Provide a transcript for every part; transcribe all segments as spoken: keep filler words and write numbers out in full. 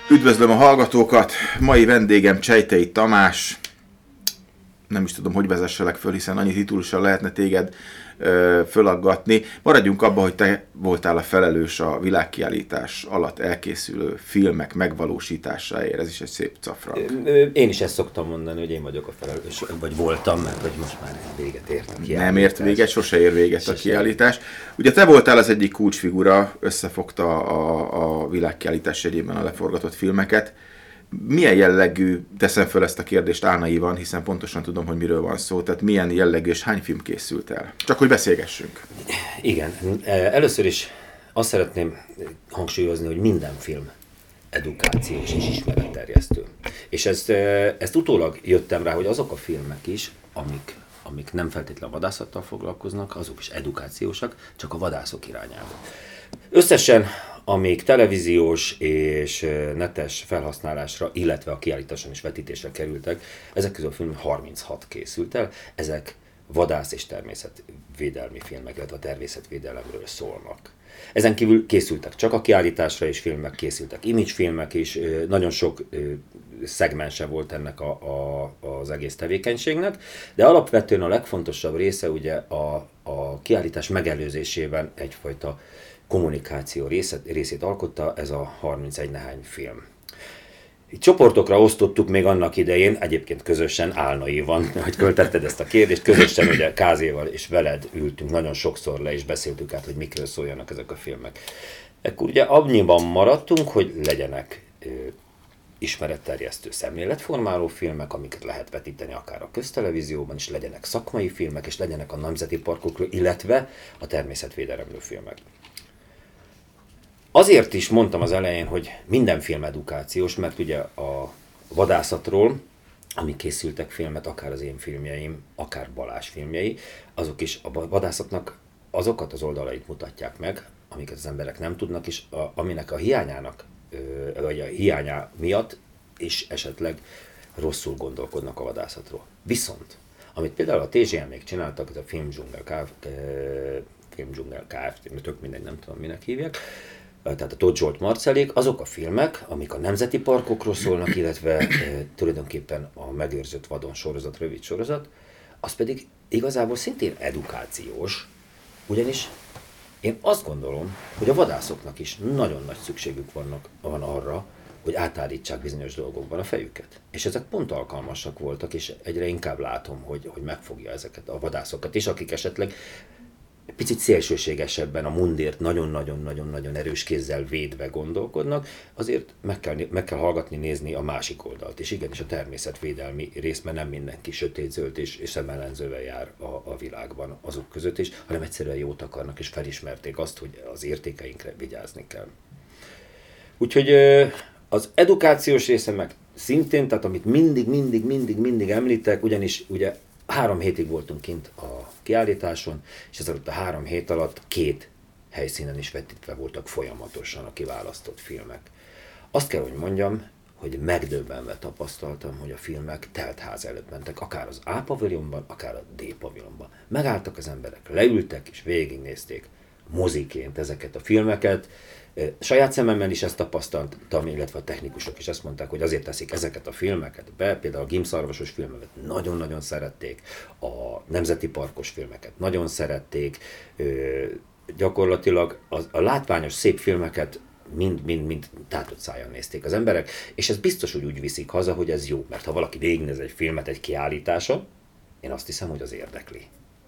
Üdvözlöm a hallgatókat! Mai vendégem Csejtei Tamás. Nem is tudom, hogy vezesselek föl, hiszen annyi titulussal lehetne téged ö, fölaggatni. Maradjunk abban, hogy te voltál a felelős a világkiállítás alatt elkészülő filmek megvalósításáért. Ez is egy szép cafra. Én is ezt szoktam mondani, hogy én vagyok a felelős, vagy voltam, mert hogy most már véget ért a kiállítás. Nem ért véget, sose ér véget sose a kiállítás. Ugye te voltál az egyik kulcsfigura, összefogta a, a világkiállítás jegyében a leforgatott filmeket. Milyen jellegű, teszem föl ezt a kérdést álnaívan, hiszen pontosan tudom, hogy miről van szó, tehát milyen jellegű és hány film készült el? Csak hogy beszélgessünk. Igen, először is azt szeretném hangsúlyozni, hogy minden film edukációs és ismeretterjesztő. És ezt, ezt utólag jöttem rá, hogy azok a filmek is, amik, amik nem feltétlenül vadászattal foglalkoznak, azok is edukációsak, csak a vadászok irányába. Összesen, amíg televíziós és netes felhasználásra, illetve a kiállításon is vetítésre kerültek, ezek közül a film harminchat készült el, ezek vadász és természetvédelmi filmek, illetve a természetvédelemről szólnak. Ezen kívül készültek csak a kiállításra is filmek, készültek imagefilmek is, nagyon sok szegmense volt ennek a, a, az egész tevékenységnek, de alapvetően a legfontosabb része ugye a, a kiállítás megelőzésében egyfajta kommunikáció részét, részét alkotta ez a harmincegy nehány film. Itt csoportokra osztottuk még annak idején, egyébként közösen, álnaívan, hogy költetted ezt a kérdést, közösen ugye Kázéval és veled ültünk nagyon sokszor le, és beszéltük át, hogy mikről szóljanak ezek a filmek. Ekkor ugye annyiban maradtunk, hogy legyenek ö, ismeretterjesztő szemléletformáló filmek, amiket lehet vetíteni akár a köztelevízióban, és legyenek szakmai filmek, és legyenek a nemzeti parkokról, illetve a természetvédelemről filmek. Azért is mondtam az elején, hogy minden film edukációs, mert ugye a vadászatról, amik készültek filmet, akár az én filmjeim, akár Balázs filmjei, azok is a vadászatnak azokat az oldalait mutatják meg, amiket az emberek nem tudnak, és a, aminek a hiányának, vagy a hiányá miatt is esetleg rosszul gondolkodnak a vadászatról. Viszont, amit például a té zé em-ék csináltak, ez a Filmdzsungel Kft., Filmdzsungel Kft., tök mindegy, nem tudom minek hívják, tehát a Tóth Zsolt Marcellék, azok a filmek, amik a nemzeti parkokról szólnak, illetve e, tulajdonképpen a Megőrzött vadon sorozat, rövid sorozat, az pedig igazából szintén edukációs, ugyanis én azt gondolom, hogy a vadászoknak is nagyon nagy szükségük vannak, van arra, hogy átállítsák bizonyos dolgokban a fejüket. És ezek pont alkalmasak voltak, és egyre inkább látom, hogy, hogy megfogja ezeket a vadászokat is, akik esetleg picit szélsőségesebben a mundért nagyon-nagyon-nagyon-nagyon erős kézzel védve gondolkodnak, azért meg kell, meg kell hallgatni, nézni a másik oldalt. És igenis a természetvédelmi részben nem mindenki sötétzöld és, és szemellenzővel jár a, a világban azok között is, hanem egyszerűen jót akarnak és felismerték azt, hogy az értékeinkre vigyázni kell. Úgyhogy az edukációs része meg szintén, tehát amit mindig, mindig, mindig, mindig említek, ugyanis ugye három hétig voltunk kint a kiállításon, és ez alatt a három hét alatt két helyszínen is vetítve voltak folyamatosan a kiválasztott filmek. Azt kell, hogy mondjam, hogy megdöbbenve tapasztaltam, hogy a filmek telt ház előtt mentek, akár az A pavilonban, akár a D pavilonban. Megálltak az emberek, leültek és végignézték moziként ezeket a filmeket. Saját szememmel is ezt tapasztaltam, illetve a technikusok is ezt mondták, hogy azért teszik ezeket a filmeket be, például a Gimszarvasos filmeket nagyon-nagyon szerették, a nemzeti parkos filmeket nagyon szerették, gyakorlatilag a, a látványos szép filmeket mind-mind-mind tátott szájjal nézték az emberek, és ez biztos, hogy úgy viszik haza, hogy ez jó, mert ha valaki végignéz egy filmet egy kiállításon, én azt hiszem, hogy az érdekli.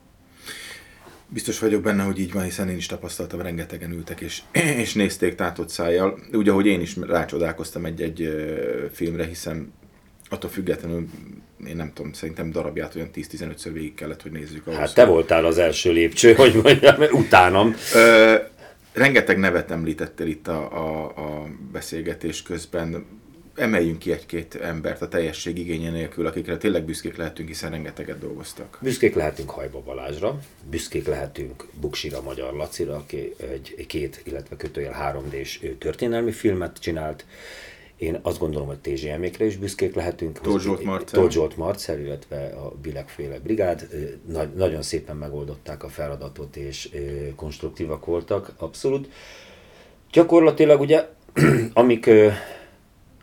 Biztos vagyok benne, hogy így van, hiszen én is tapasztaltam, rengetegen ültek és, és nézték tátott szájjal. Úgy, ahogy én is rácsodálkoztam egy-egy filmre, hiszen attól függetlenül, én nem tudom, szerintem darabját olyan tíz-tizenötször végig kellett, hogy nézzük. Ahhoz. Hát te voltál az első lépcső, hogy mondjam, utánam. Ö, rengeteg nevet említettél itt a, a, a beszélgetés közben. Emeljünk ki egy-két embert a teljesség igénye nélkül, akikre tényleg büszkék lehetünk, hiszen rengeteget dolgoztak. Büszkék lehetünk Hajba Balázsra, büszkék lehetünk Buksira Magyar Lacira, aki egy két, illetve kötőjel három dés történelmi filmet csinált. Én azt gondolom, hogy té zé em-ékre is büszkék lehetünk. Tóth Zsolt Marcell. Tóth Zsolt Marcell, illetve a Bilekféle Brigád. Nagy, nagyon szépen megoldották a feladatot, és konstruktívak voltak, abszolút. Gyakorlatilag ugye, amik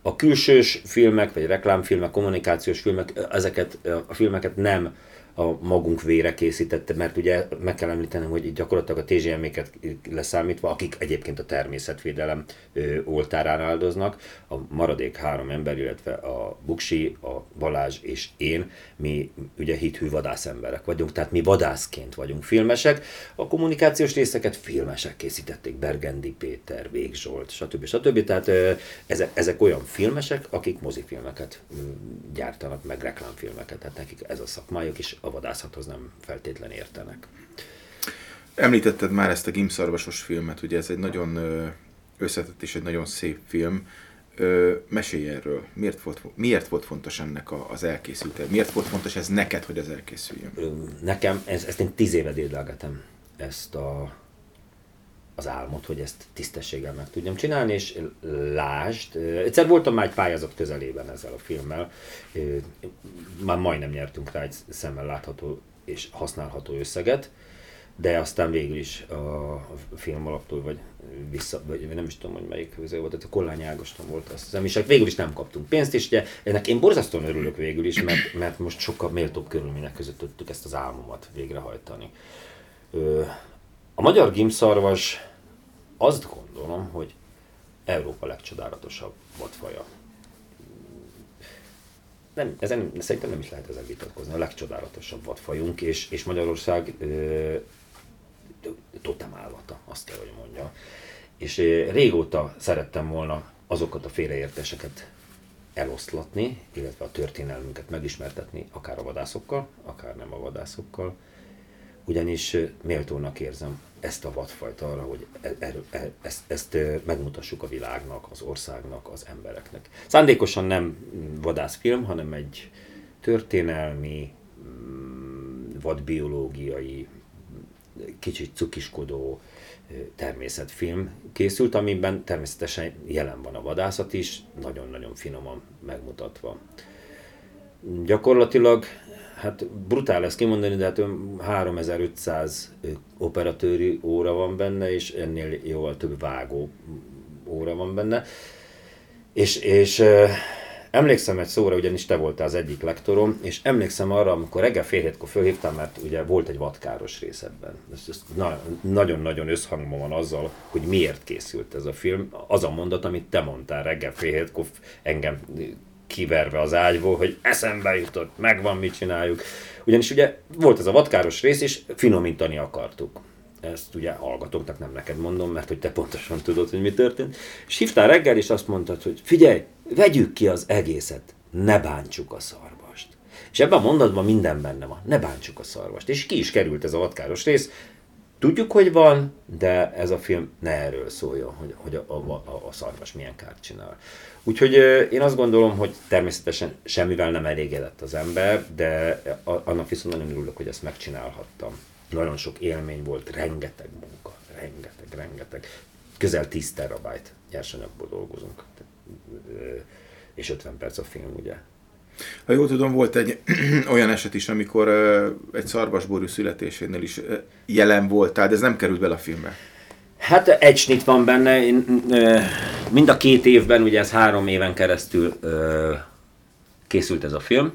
A külsős filmek, vagy reklámfilmek, kommunikációs filmek, ezeket a filmeket nem a magunk vére készítette, mert ugye meg kell említenem, hogy gyakorlatilag a té zé em-éket leszámítva, akik egyébként a természetvédelem oltárán áldoznak, a maradék három ember, illetve a Buksi, a Balázs és én, mi ugye hithű vadászemberek vagyunk, tehát mi vadászként vagyunk filmesek. A kommunikációs részeket filmesek készítették, Bergendi Péter, Vég Zsolt, stb. stb. Tehát ezek, ezek olyan filmesek, akik mozifilmeket gyártanak, meg reklámfilmeket, tehát nekik ez a szakmájuk is, a vadászathoz nem feltétlen értenek. Említetted már ezt a gímszarvasos filmet, ugye ez egy nagyon összetett és egy nagyon szép film. Mesélj erről. Miért volt, miért volt fontos ennek az elkészülte? Miért volt fontos ez neked, hogy ez elkészüljön? Nekem, ez, ezt én tíz éve dédelgetem, ezt a, az álmot, hogy ezt tisztességgel meg tudjam csinálni, és lásd, egyszer voltam már egy pályázat közelében ezzel a filmmel, már majdnem nyertünk rá egy szemmel látható és használható összeget, de aztán végül is a film alaptól, vagy vissza, vagy nem is tudom, hogy melyik közül volt, tehát a Kollány Ágoston volt, azt hiszem, és végül is nem kaptunk pénzt, és ugye ennek én borzasztóan örülök végül is, mert, mert most sokkal méltóbb körülmények között tudtuk ezt az álmomat végrehajtani. A magyar gímszarvas, azt gondolom, hogy Európa legcsodálatosabb vadfaja. Nem, ezen, szerintem nem is lehet ezen vitatkozni, a legcsodálatosabb vadfajunk, és, és Magyarország ö, totem állata, azt kell, hogy mondja. És ö, régóta szerettem volna azokat a félreértéseket eloszlatni, illetve a történelmünket megismertetni, akár a vadászokkal, akár nem a vadászokkal, ugyanis méltónak érzem ezt a vadfajt arra, hogy e, e, e, ezt, ezt megmutassuk a világnak, az országnak, az embereknek. Szándékosan nem vadászfilm, hanem egy történelmi, vadbiológiai, kicsit cukiskodó természetfilm készült, amiben természetesen jelen van a vadászat is, nagyon-nagyon finoman megmutatva. Gyakorlatilag, hát brutál ezt kimondani, de hát háromezer-ötszáz operatőri óra van benne, és ennél jóval több vágó óra van benne. És, és emlékszem egy szóra, ugyanis te voltál az egyik lektorom, és emlékszem arra, amikor reggel fél hétkor fölhívtam, mert ugye volt egy vadkáros rész ebben. Ez, ez na, nagyon-nagyon összhangban van azzal, hogy miért készült ez a film. Az a mondat, amit te mondtál reggel fél hétkor, engem kiverve az ágyból, hogy eszembe jutott, megvan, mit csináljuk. Ugyanis ugye volt ez a vadkáros rész, és finomítani akartuk. Ezt ugye hallgatóknak nem neked mondom, mert hogy te pontosan tudod, hogy mi történt. És hívtál reggel, és azt mondtad, hogy figyelj, vegyük ki az egészet, ne bántsuk a szarvast. És ebben a mondatban minden benne van, ne bántsuk a szarvast. És ki is került ez a vadkáros rész. Tudjuk, hogy van, de ez a film ne erről szóljon, hogy, hogy a, a, a, a szarvas milyen kárt csinál. Úgyhogy én azt gondolom, hogy természetesen semmivel nem elégedett az ember, de annak viszont nagyon örülök, hogy ezt megcsinálhattam. Nagyon sok élmény volt, rengeteg munka, rengeteg, rengeteg. Közel tíz terabájt nyersanyagból dolgozunk. És ötven perc a film, ugye. Ha jól tudom, volt egy olyan eset is, amikor egy szarvasborjú születésénél is jelen voltál, de ez nem került bele a filmbe. Hát egy snit van benne, mind a két évben, ugye ez három éven keresztül készült ez a film,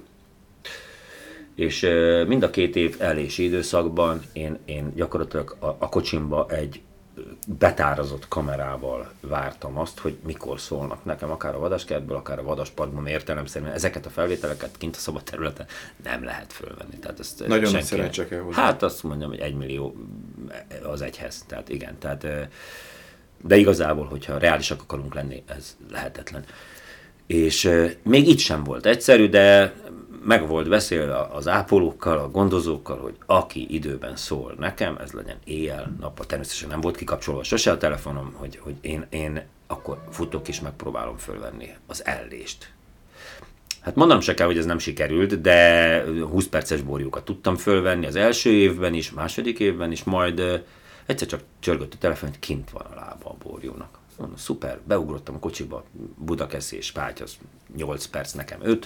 és mind a két év elési időszakban én, én gyakorlatilag a, a kocsimba egy betárazott kamerával vártam azt, hogy mikor szólnak nekem, akár a vadaskertből, akár a vadasparkban, értelemszerűen ezeket a felvételeket kint a szabad területen nem lehet fölvenni. Tehát ezt nagyon senki... nagy szerencse kell hozzá. Hát azt mondjam, hogy egy millió az egyhez. Tehát igen, tehát, de igazából, hogyha reálisak akarunk lenni, ez lehetetlen. És még itt sem volt egyszerű, de meg volt beszélve az ápolókkal, a gondozókkal, hogy aki időben szól nekem, ez legyen éjjel, nappal, természetesen nem volt kikapcsolva sose a telefonom, hogy, hogy én, én akkor futok és megpróbálom fölvenni az ellést. Hát mondanom se kell, hogy ez nem sikerült, de húsz perces borjukat tudtam fölvenni az első évben is, második évben is, majd egyszer csak csörgött a telefon, hogy kint van a lába a borjúnak. Mondom, szuper, beugrottam a kocsiba, Budakeszély, Spáty, az nyolc perc, nekem öt.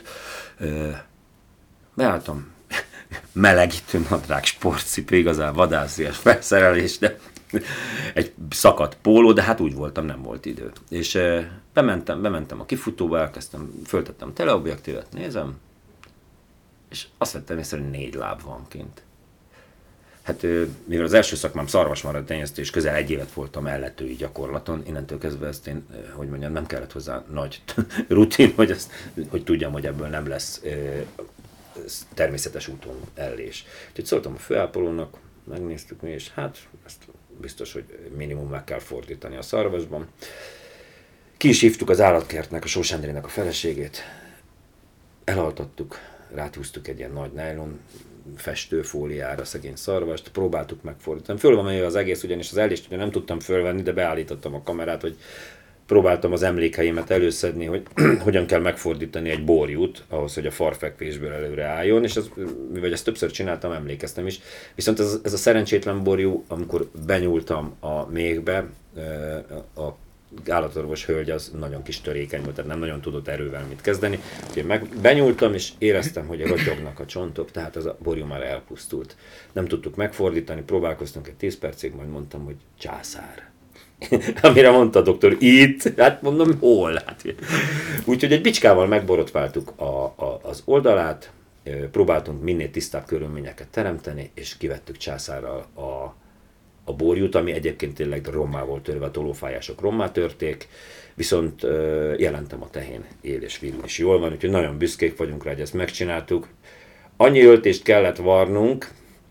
Beálltam, melegítő nadrág, sportcipő, igazán vadászias felszerelés, de egy szakadt póló, de hát úgy voltam, nem volt idő. És e, bementem, bementem a kifutóba, elkezdtem, föltettem teleobjektívet, nézem, és azt vettem észre, hogy négy láb van kint. Hát mivel az első szakmám szarvasmarha tenyésztés, közel egy évet voltam elletői gyakorlaton, innentől kezdve ezt én, hogy mondjam, nem kellett hozzá nagy rutin, hogy, ezt, hogy tudjam, hogy ebből nem lesz természetes úton ellés. Úgyhogy szóltam a főápolónak, megnéztük mi, és hát ezt biztos, hogy minimum meg kell fordítani a szarvasban. Ki is hívtuk az állatkertnek, a Sós Endrének a feleségét, elaltattuk, rátúztuk egy ilyen nagy nylon festőfóliára szegény szarvast, próbáltuk megfordítani. Föl van menve az egész, ugyanis az ellést ugye nem tudtam fölvenni, de beállítottam a kamerát, hogy próbáltam az emlékeimet előszedni, hogy hogyan kell megfordítani egy borjút, ahhoz, hogy a farfekvésből előre álljon, és ez, mivel ezt többször csináltam, emlékeztem is. Viszont ez, ez a szerencsétlen borjú, amikor benyúltam a méhbe, a állatorvos hölgy az nagyon kis törékeny volt, tehát nem nagyon tudott erővel mit kezdeni. Úgyhogy meg benyúltam, és éreztem, hogy rotyognak a csontok, tehát az a borjú már elpusztult. Nem tudtuk megfordítani, próbálkoztunk egy tíz percig, majd mondtam, hogy császár. Amire mondta a doktor, itt, hát mondom, hol? Hát, úgyhogy egy bicskával megborotváltuk a, a, az oldalát, próbáltunk minél tisztább körülményeket teremteni, és kivettük császárral a a borjút, ami egyébként tényleg rommá volt törve, a tolófájások rommá törték, viszont uh, jelentem a tehén él és virul is jól van, úgyhogy nagyon büszkék vagyunk rá, hogy ezt megcsináltuk. Annyi öltést kellett varnunk,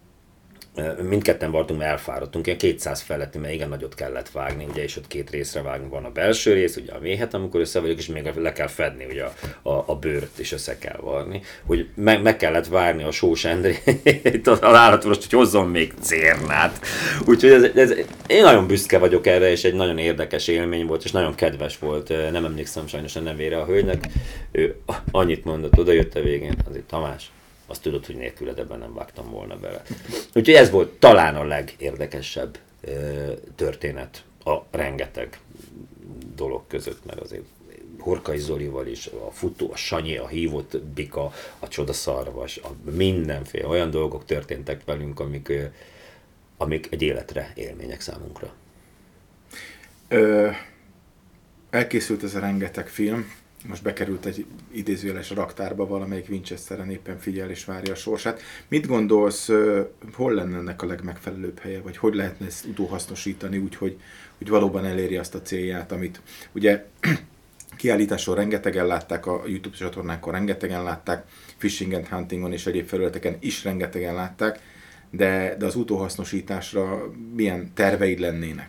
mindketten voltunk, mert elfáradtunk, ilyen kétszáz feletti, mert igen nagyot kellett vágni, ugye, és ott két részre vágni, van a belső rész, ugye a méhet, amikor összevagyjuk, és még le kell fedni, ugye a, a, a bőrt is össze kell varni, hogy meg, meg kellett várni a Sós Endrét, az állatorvost, hogy hozzon még cérnát. Úgyhogy ez, ez, én nagyon büszke vagyok erre, és egy nagyon érdekes élmény volt, és nagyon kedves volt, nem emlékszem sajnos a nevére a hölgynek, ő annyit mondott, oda jött a végén, azért Tamás, azt tudod, hogy nélküled ebben nem vágtam volna bele. Úgyhogy ez volt talán a legérdekesebb ö, történet a rengeteg dolog között, mert azért Horkai Zolival is, a futó, a Sanyi, a hívott bika, a csodaszarvas, a mindenféle olyan dolgok történtek velünk, amik, ö, amik egy életre élmények számunkra. Ö, elkészült ez a rengeteg film, most bekerült egy idézőjeles raktárba, valamelyik Winchesteren éppen figyel és várja a sorsát. Mit gondolsz, hol lenne ennek a legmegfelelőbb helye, vagy hogy lehetne ezt utóhasznosítani úgy, hogy, hogy valóban eléri azt a célját, amit ugye kiállításon rengetegen látták, a YouTube csatornánkon rengetegen látták, Fishing and Huntingon és egyéb felületeken is rengetegen látták, de, de az utóhasznosításra milyen terveid lennének?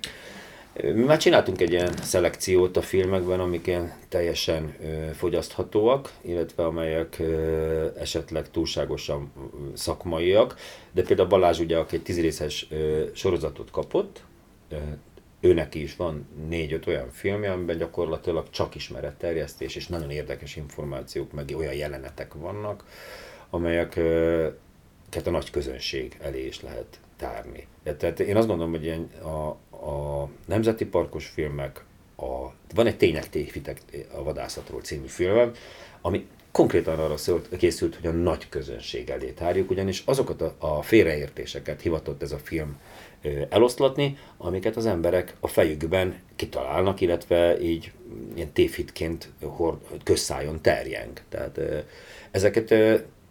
Mi már csináltunk egy ilyen szelekciót a filmekben, amik ilyen teljesen ö, fogyaszthatóak, illetve amelyek ö, esetleg túlságosan szakmaiak, de például Balázs ugye, aki egy tízrészes ö, sorozatot kapott, ö, őnek is van négy-öt olyan filmje, amiben gyakorlatilag csak ismeretterjesztés és nagyon érdekes információk, meg olyan jelenetek vannak, amelyek ö, a nagy közönség elé is lehet tárni. Tehát én azt gondolom, hogy ilyen a, a nemzeti parkos filmek, a, van egy Tények tévhitek a vadászatról című filmem, ami konkrétan arra szólt, készült, hogy a nagy közönség elé tárjuk, ugyanis azokat a, a félreértéseket hivatott ez a film ö, eloszlatni, amiket az emberek a fejükben kitalálnak, illetve így ilyen tévhitként hord, közszájon terjeng. Tehát ö, ezeket ö,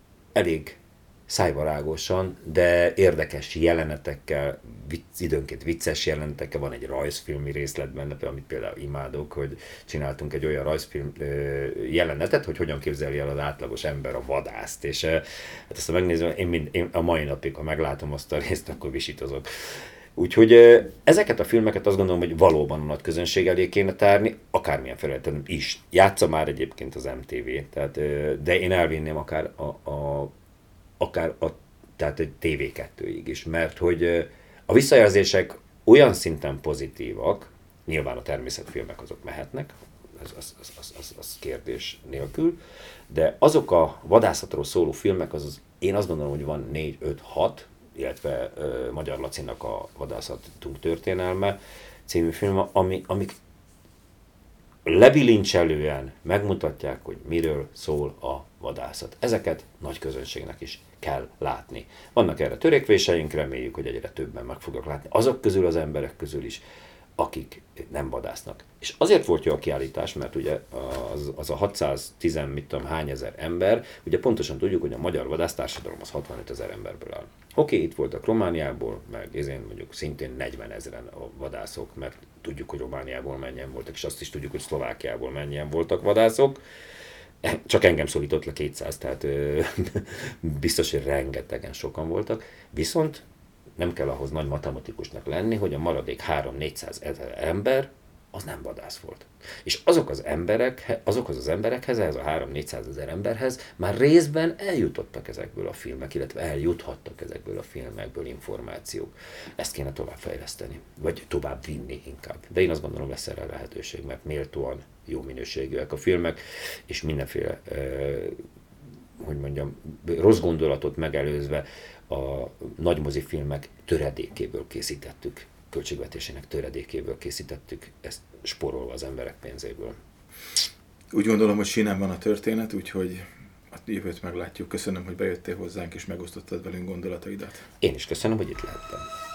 elég szájbarágosan, de érdekes jelenetekkel, vicc, időnként vicces jelenetekkel, van egy rajzfilmi részlet benne, amit például imádok, hogy csináltunk egy olyan rajzfilm jelenetet, hogy hogyan képzeli el az átlagos ember a vadászt, és hát ezt megnézem, én, mind, én a mai napig, ha meglátom azt a részt, akkor visítozok. Úgyhogy ezeket a filmeket azt gondolom, hogy valóban a nagy közönség elé kéne tárni, akármilyen felületen is. Játsza már egyébként az em té vé, tehát, de én elvinném akár a, a akár a, tehát egy té vé kettőig is, mert hogy a visszajelzések olyan szinten pozitívak, nyilván a természetfilmek azok mehetnek, az, az, az, az, az, az kérdés nélkül, de azok a vadászatról szóló filmek, az, az én azt gondolom, hogy van négy, öt, hat, illetve uh, Magyar Lacinak a Vadászatunk történelme című film, ami, amik lebilincselően megmutatják, hogy miről szól a vadászat. Ezeket nagy közönségnek is kell látni. Vannak erre törekvéseink, reméljük, hogy egyre többen meg fogok látni. Azok közül az emberek közül is, akik nem vadásznak. És azért volt jó a kiállítás, mert ugye az, az a hatszáztíz, mit tudom, hány ezer ember, ugye pontosan tudjuk, hogy a magyar vadásztársadalom az hatvanöt ezer emberből áll. Oké, itt voltak Romániából, meg én mondjuk szintén negyven ezeren a vadászok, mert tudjuk, hogy Romániából mennyien voltak, és azt is tudjuk, hogy Szlovákiából mennyien voltak vadászok. Csak engem szólított le kétszáz, tehát ö, biztos, hogy rengetegen sokan voltak. Viszont nem kell ahhoz nagy matematikusnak lenni, hogy a maradék három-négyszáz ezer ember az nem vadász volt. És azok az emberek, azokhoz az emberekhez, ez a három-négyszáz ezer emberhez már részben eljutottak ezekből a filmek, illetve eljuthattak ezekből a filmekből információk. Ezt kéne továbbfejleszteni, vagy tovább vinni inkább. De én azt gondolom, lesz erre lehetőség, mert méltóan jó minőségűek a filmek, és mindenféle, eh, hogy mondjam, rossz gondolatot megelőzve a nagymozifilmek töredékéből készítettük, költségvetésének töredékéből készítettük, ezt spórolva az emberek pénzéből. Úgy gondolom, hogy sinem van a történet, úgyhogy a jövőt meglátjuk. Köszönöm, hogy bejöttél hozzánk és megosztottad velünk gondolataidat. Én is köszönöm, hogy itt lehettem.